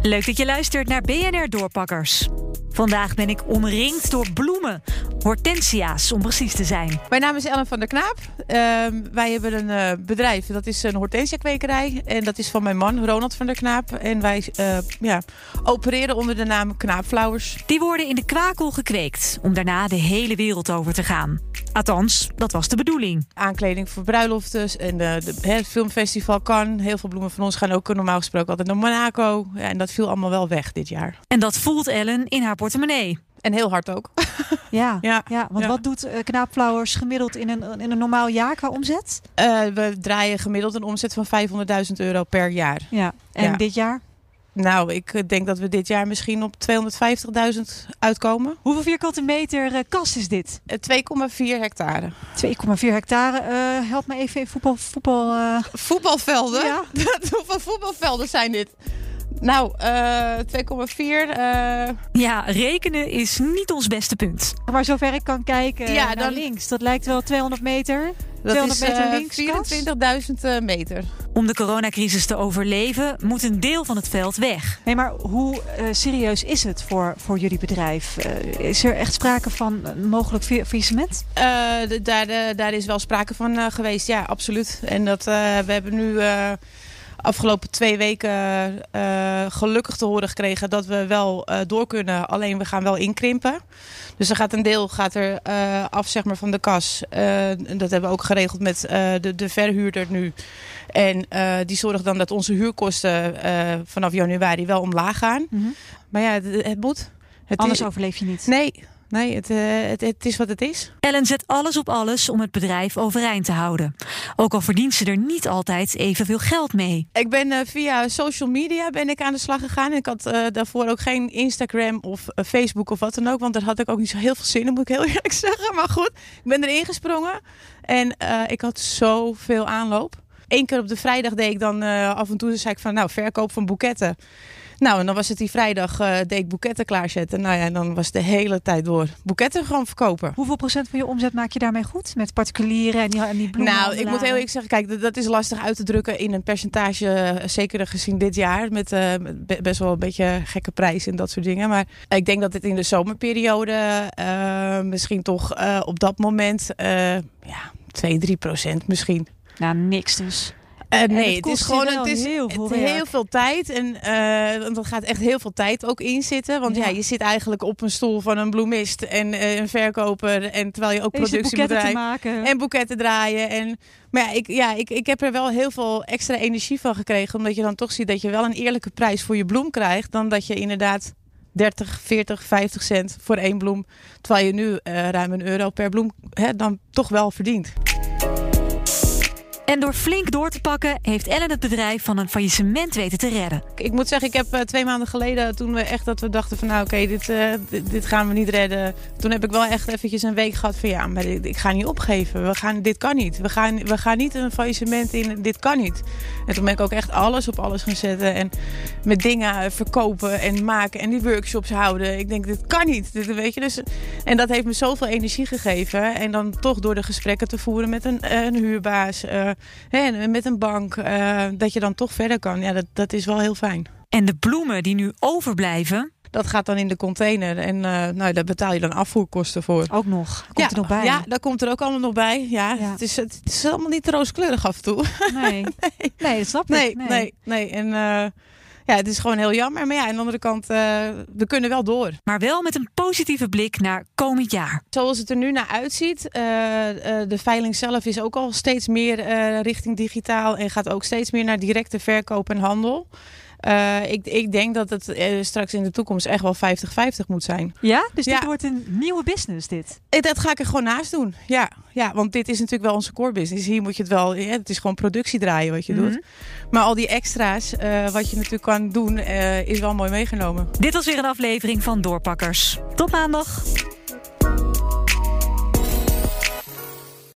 Leuk dat je luistert naar BNR Doorpakkers. Vandaag ben ik omringd door bloemen. Hortensia's, om precies te zijn. Mijn naam is Ellen van der Knaap. Wij hebben een bedrijf, dat is een hortensia-kwekerij. En dat is van mijn man, Ronald van der Knaap. En wij opereren onder de naam Knaapflowers. Die worden in de Kwakel gekweekt, om daarna de hele wereld over te gaan. Althans, dat was de bedoeling. Aankleding voor bruiloften en het filmfestival Cannes. Heel veel bloemen van ons gaan ook normaal gesproken altijd naar Monaco. Ja, en dat viel allemaal wel weg dit jaar. En dat voelt Ellen in haar portemonnee. En heel hard ook. Want wat doet Knaapflowers gemiddeld in een normaal jaar qua omzet? We draaien gemiddeld een omzet van €500.000 per jaar. Ja. En dit jaar? Nou, ik denk dat we dit jaar misschien op 250.000 uitkomen. Hoeveel vierkante meter kas is dit? 2,4 hectare. 2,4 hectare. Help me even in voetbal. Voetbalvelden? Ja. Hoeveel voetbalvelden zijn dit? Nou, 2,4. Ja, rekenen is niet ons beste punt. Maar zover ik kan kijken Ja, naar dan links, dat lijkt wel 200 meter. Dat 200 is meter links, 24.000 meter. Om de coronacrisis te overleven, moet een deel van het veld weg. Nee, maar hoe serieus is het voor jullie bedrijf? Is er echt sprake van een mogelijk faillissement? Daar is wel sprake van geweest, ja, absoluut. En dat, we hebben nu afgelopen 2 weken gelukkig te horen gekregen dat we wel door kunnen. Alleen we gaan wel inkrimpen. Dus er gaat een deel af, zeg maar, van de kas. Dat hebben we ook geregeld met de verhuurder nu. En die zorgt dan dat onze huurkosten vanaf januari wel omlaag gaan. Mm-hmm. Maar ja, het moet. Anders overleef je niet. Nee, het is wat het is. Ellen zet alles op alles om het bedrijf overeind te houden. Ook al verdient ze er niet altijd evenveel geld mee. Ik ben via social media aan de slag gegaan. Ik had daarvoor ook geen Instagram of Facebook of wat dan ook. Want daar had ik ook niet zo heel veel zin in, moet ik heel eerlijk zeggen. Maar goed, ik ben erin gesprongen. En ik had zoveel aanloop. 1 keer op de vrijdag deed ik dan af en toe, zei ik van verkoop van boeketten. Nou, en dan was het die vrijdag, deed ik boeketten klaarzetten. Nou ja, en dan was de hele tijd door boeketten gewoon verkopen. Hoeveel procent van je omzet maak je daarmee goed? Met particulieren en die bloemen? Nou, ik moet heel eerlijk zeggen, kijk, dat is lastig uit te drukken in een percentage. Zeker gezien dit jaar, met best wel een beetje gekke prijs en dat soort dingen. Maar ik denk dat het in de zomerperiode misschien toch op dat moment 2-3% misschien. Nou, niks dus. Nee, het is gewoon heel veel tijd. En er gaat echt heel veel tijd ook in zitten. Want je zit eigenlijk op een stoel van een bloemist en een verkoper. En terwijl je ook productie moet draaien. En boeketten draaien. Maar ik heb er wel heel veel extra energie van gekregen. Omdat je dan toch ziet dat je wel een eerlijke prijs voor je bloem krijgt. Dan dat je inderdaad 30, 40, 50 cent voor 1 bloem. Terwijl je nu ruim €1 per bloem dan toch wel verdient. En door flink door te pakken heeft Ellen het bedrijf van een faillissement weten te redden. Ik moet zeggen, ik heb 2 maanden geleden, toen we dachten van dit gaan we niet redden. Toen heb ik wel echt eventjes een week gehad van maar ik ga niet opgeven. Dit kan niet. We gaan niet een faillissement in, dit kan niet. En toen ben ik ook echt alles op alles gaan zetten. En met dingen verkopen en maken en die workshops houden. Ik denk, dit kan niet. Weet je, dus, en dat heeft me zoveel energie gegeven. En dan toch door de gesprekken te voeren met een huurbaas. Met een bank, dat je dan toch verder kan. Ja, dat is wel heel fijn. En de bloemen die nu overblijven, dat gaat dan in de container. En daar betaal je dan afvoerkosten voor. Ook nog? Komt er nog bij? Ja, dat komt er ook allemaal nog bij. Ja. Het is allemaal niet rooskleurig af en toe. Nee, dat snap ik. Nee. En het is gewoon heel jammer. Maar aan de andere kant, we kunnen wel door. Maar wel met een positieve blik naar komend jaar. Zoals het er nu naar uitziet, de veiling zelf is ook al steeds meer richting digitaal. En gaat ook steeds meer naar directe verkoop en handel. Ik denk dat het straks in de toekomst echt wel 50-50 moet zijn. Ja? Dus dit wordt een nieuwe business, dit? Dat ga ik er gewoon naast doen. Ja, want dit is natuurlijk wel onze core business. Hier moet je het wel... het is gewoon productie draaien wat je doet. Maar al die extra's, wat je natuurlijk kan doen, is wel mooi meegenomen. Dit was weer een aflevering van Doorpakkers. Tot maandag.